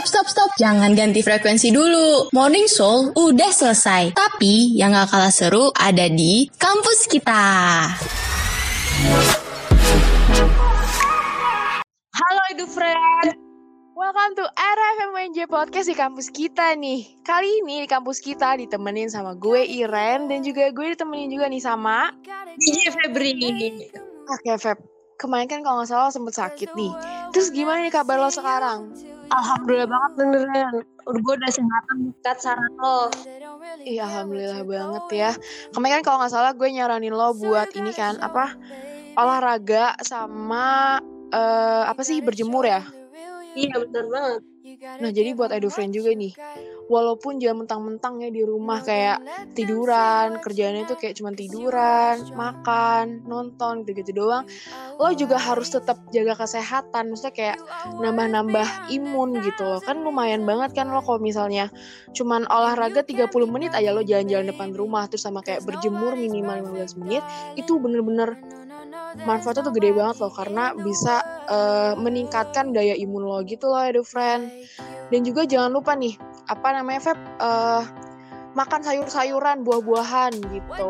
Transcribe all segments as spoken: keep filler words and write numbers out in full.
Stop, stop, stop. Jangan ganti frekuensi dulu. Morning Soul udah selesai. Tapi yang gak kalah seru ada di kampus kita. Halo Edu Friend. Welcome to R F M W N J Podcast di kampus kita nih. Kali ini di kampus kita ditemenin sama gue Iren. Dan juga gue ditemenin juga nih sama D J Febri. Oke Feb, kemarin kan kalau gak salah sempet sakit nih. Terus gimana nih kabar lo sekarang? Alhamdulillah banget beneran. Gue udah sehatan dekat saran lo. Iya alhamdulillah banget ya. Kemarin kan kalau gak salah gue nyaranin lo buat ini kan apa, olahraga sama uh, apa sih berjemur ya. Iya bener banget. Nah jadi buat Edu Friend juga nih, walaupun jangan mentang-mentang ya di rumah kayak tiduran, kerjaannya itu kayak cuma tiduran, makan, nonton gitu-gitu doang, lo juga harus tetap jaga kesehatan. Maksudnya kayak nambah-nambah imun gitu loh. Kan lumayan banget kan lo kalau misalnya cuman olahraga tiga puluh menit aja lo jalan-jalan depan rumah, terus sama kayak berjemur minimal lima belas menit, itu bener-bener manfaatnya tuh gede banget loh, karena bisa uh, meningkatkan daya imun lo gitu loh Edu Friend. Dan juga jangan lupa nih, apa namanya Feb, uh, makan sayur-sayuran, buah-buahan gitu.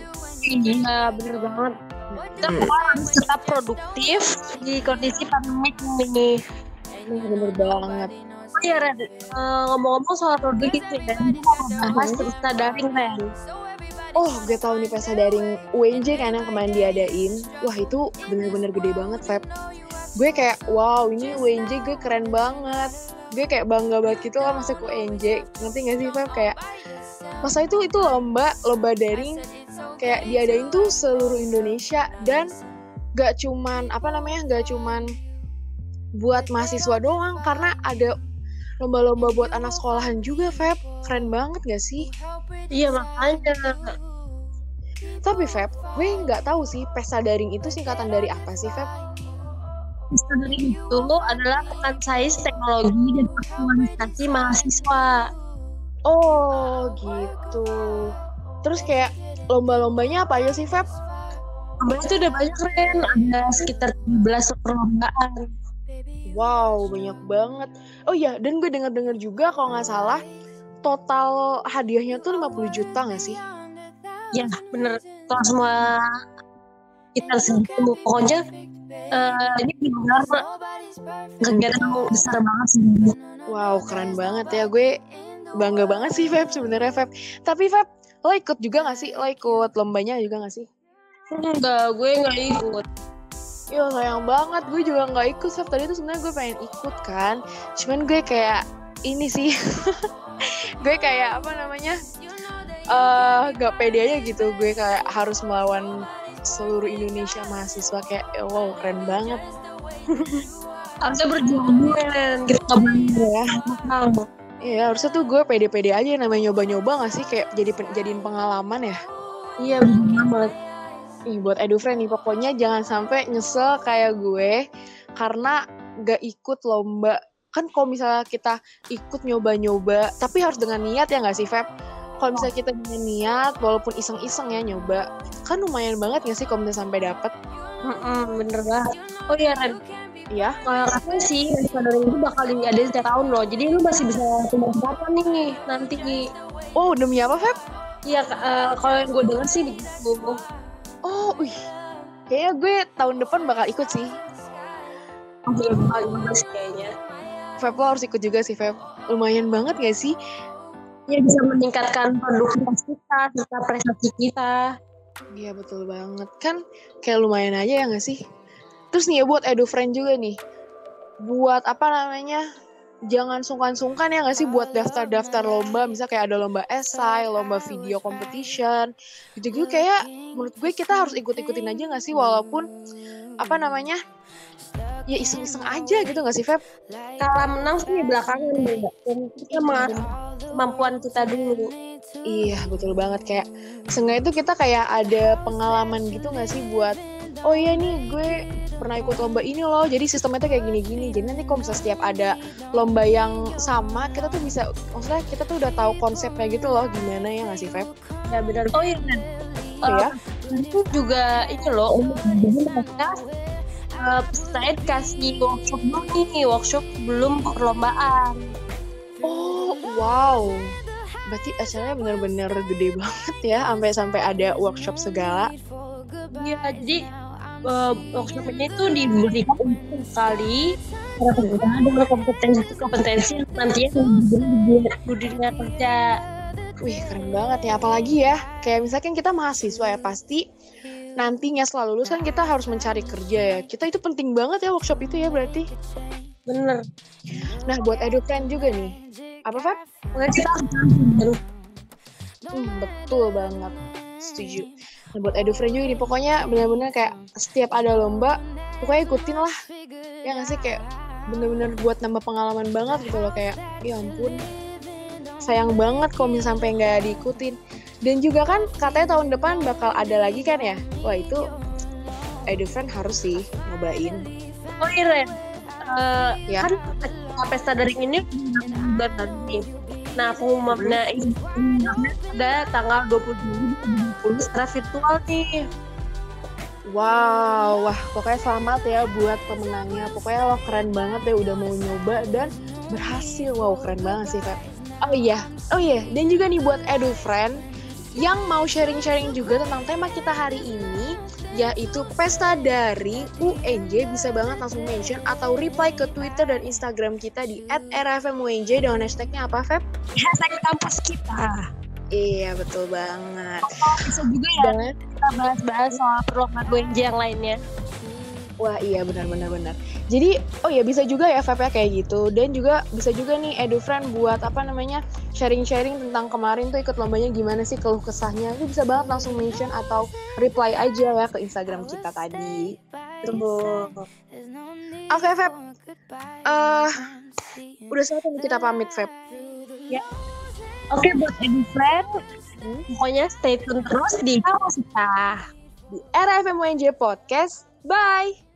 Iya bener banget. Kita harus tetap produktif di kondisi pandemik ini. Bener banget. Oh iya Ren, uh, ngomong-ngomong soal produktif ya, kita mau bahas pesta daring Ren. Oh, gue tahu nih pesta daring U N J kan yang kemarin diadain. Wah, itu bener-bener gede banget, Feb. Gue kayak, wow, ini U N J gue keren banget. Gue kayak bangga banget gitu lah masuk U N J. Ngerti gak sih, Feb? Kayak, masa itu itu lomba, lomba daring kayak diadain tuh seluruh Indonesia. Dan gak cuman, apa namanya, gak cuman buat mahasiswa doang. Karena ada lomba-lomba buat anak sekolahan juga, Feb. Keren banget gak sih? Iya makanya. Tapi Feb, gue nggak tahu sih pesta daring itu singkatan dari apa sih Feb? Pesta daring itu adalah pekan sains teknologi dan aktualisasi mahasiswa. Oh gitu. Terus kayak lomba-lombanya apa aja sih Feb? Lombanya itu udah banyak Ren, ada sekitar tujuh belas perlombaan. Wow, banyak banget. Oh iya, dan gue denger-denger juga kalau nggak salah total hadiahnya tuh lima puluh juta nggak sih? Ya bener, kalau semua kita segitu pokoknya uh, ini benar kegiatan besar banget sih. Wow, keren banget ya, gue bangga banget sih Feb sebenarnya Feb. Tapi Feb, lo ikut juga nggak sih? Lo ikut lombanya juga nggak sih? Enggak, gue nggak ikut. Yo sayang banget, gue juga nggak ikut Feb. Tadi tuh sebenarnya gue pengen ikut kan, cuman gue kayak ini sih, gue kayak apa namanya? Uh, gak pede aja gitu, gue kayak harus melawan seluruh Indonesia mahasiswa kayak ya wow keren banget. Harusnya berjuang kan kita ya. Iya harusnya tuh gue pede-pede aja, namanya nyoba-nyoba gak sih, kayak jadi jadiin pengalaman ya. Iya bener banget. Ih buat Edu Friend nih, pokoknya jangan sampai nyesel kayak gue karena gak ikut lomba. Kan kalau misalnya kita ikut nyoba-nyoba tapi harus dengan niat ya gak sih Feb? Kalau misalnya kita punya niat, walaupun iseng-iseng ya nyoba, kan lumayan banget gak sih kalau misalnya sampai dapet? Mm-mm, bener banget. Oh iya Ren, iya. Kalau aku sih pesta daring itu bakal diadain setiap tahun loh. Jadi lu masih bisa tunggu kapan nih nanti. Oh demi apa Feb? Iya uh, kalau yang gue denger sih begitu. Oh, wih, kayaknya gue tahun depan bakal ikut sih. Belum bakal sih kayaknya. Feb lo harus ikut juga sih Feb. Lumayan banget gak sih? Ya bisa meningkatkan produktivitas kita, serta prestasi kita. Iya betul banget. Kan kayak lumayan aja ya gak sih? Terus nih ya buat Edu Friend juga nih, buat apa namanya, jangan sungkan-sungkan ya gak sih buat daftar-daftar lomba. Misal kayak ada lomba esai, lomba video competition, gitu-gitu kayak menurut gue kita harus ikut-ikutin aja gak sih, walaupun apa namanya, ya iseng-iseng aja gitu gak sih Feb? Kalah menang sih belakangan juga. Kita mengasah kemampuan kita dulu. Iya betul banget, kayak seenggaknya itu kita kayak ada pengalaman gitu gak sih buat oh iya nih gue pernah ikut lomba ini loh, jadi sistemnya tuh kayak gini-gini. Jadi nanti kalau misalnya setiap ada lomba yang sama, kita tuh bisa, maksudnya kita tuh udah tahu konsepnya gitu loh, gimana ya gak sih Feb? Ya benar. Oh iya kan. Oh ya? Itu juga ini loh, untuk jadi mereka uh, saya dikasih workshop dulu nih, workshop belum perlombaan. Oh, wow. Berarti acaranya benar-benar gede banget ya, sampai sampai ada workshop segala. Iya, jadi uh, workshop ini tuh diberikan untuk sekali dengan kompetensi-kompetensi yang nantinya di dunia kerja. Wih, keren banget ya. Apalagi ya, kayak misalkan kita mahasiswa ya, pasti nantinya setelah lulus kan kita harus mencari kerja ya. Kita itu penting banget ya workshop itu ya berarti. Bener. Nah, buat EduFriend juga nih. Apa, Feb? Pokoknya kita harus hmm, betul banget. Setuju. Nah, buat EduFriend juga nih, pokoknya benar-benar kayak setiap ada lomba, pokoknya ikutin lah. Ya nggak sih, kayak bener-bener buat nambah pengalaman banget gitu loh. Kayak, ya ampun, sayang banget kalau misalnya sampai nggak diikutin. Dan juga kan katanya tahun depan bakal ada lagi kan ya. Wah, itu EduFriend harus sih nyobain. Oh iya, uh, ya. Kan pesta daring ini bulan nanti. Nah, pengumumannya ini ada tanggal dua puluh Juli secara virtual nih. Wow, wah pokoknya selamat ya buat pemenangnya. Pokoknya lo keren banget ya udah mau nyoba dan berhasil. Wow, keren banget sih, Kak. Oh iya, oh iya, dan juga nih buat EduFriend yang mau sharing-sharing juga tentang tema kita hari ini, yaitu pesta daring U N J, bisa banget langsung mention atau reply ke Twitter dan Instagram kita di at r f m u n j dengan hashtagnya apa, Feb? Hashtag kampus kita. Iya, betul banget. Oh, bisa juga ya, dan kita bahas-bahas soal perlombaan U N J yang lainnya. Wah iya, benar-benar benar. Jadi oh ya bisa juga ya Feb ya kayak gitu. Dan juga bisa juga nih EduFriend buat apa namanya sharing-sharing tentang kemarin tuh ikut lombanya gimana sih, keluh kesahnya. Itu bisa banget langsung mention atau reply aja ya ke Instagram kita tadi. Tunggu. Oke okay, Feb. Uh, udah saatnya kita pamit Feb. Ya. Oke okay, buat EduFriend, hmm? pokoknya stay tune terus di Kampus Kita. Di R F M U N J Podcast. Bye.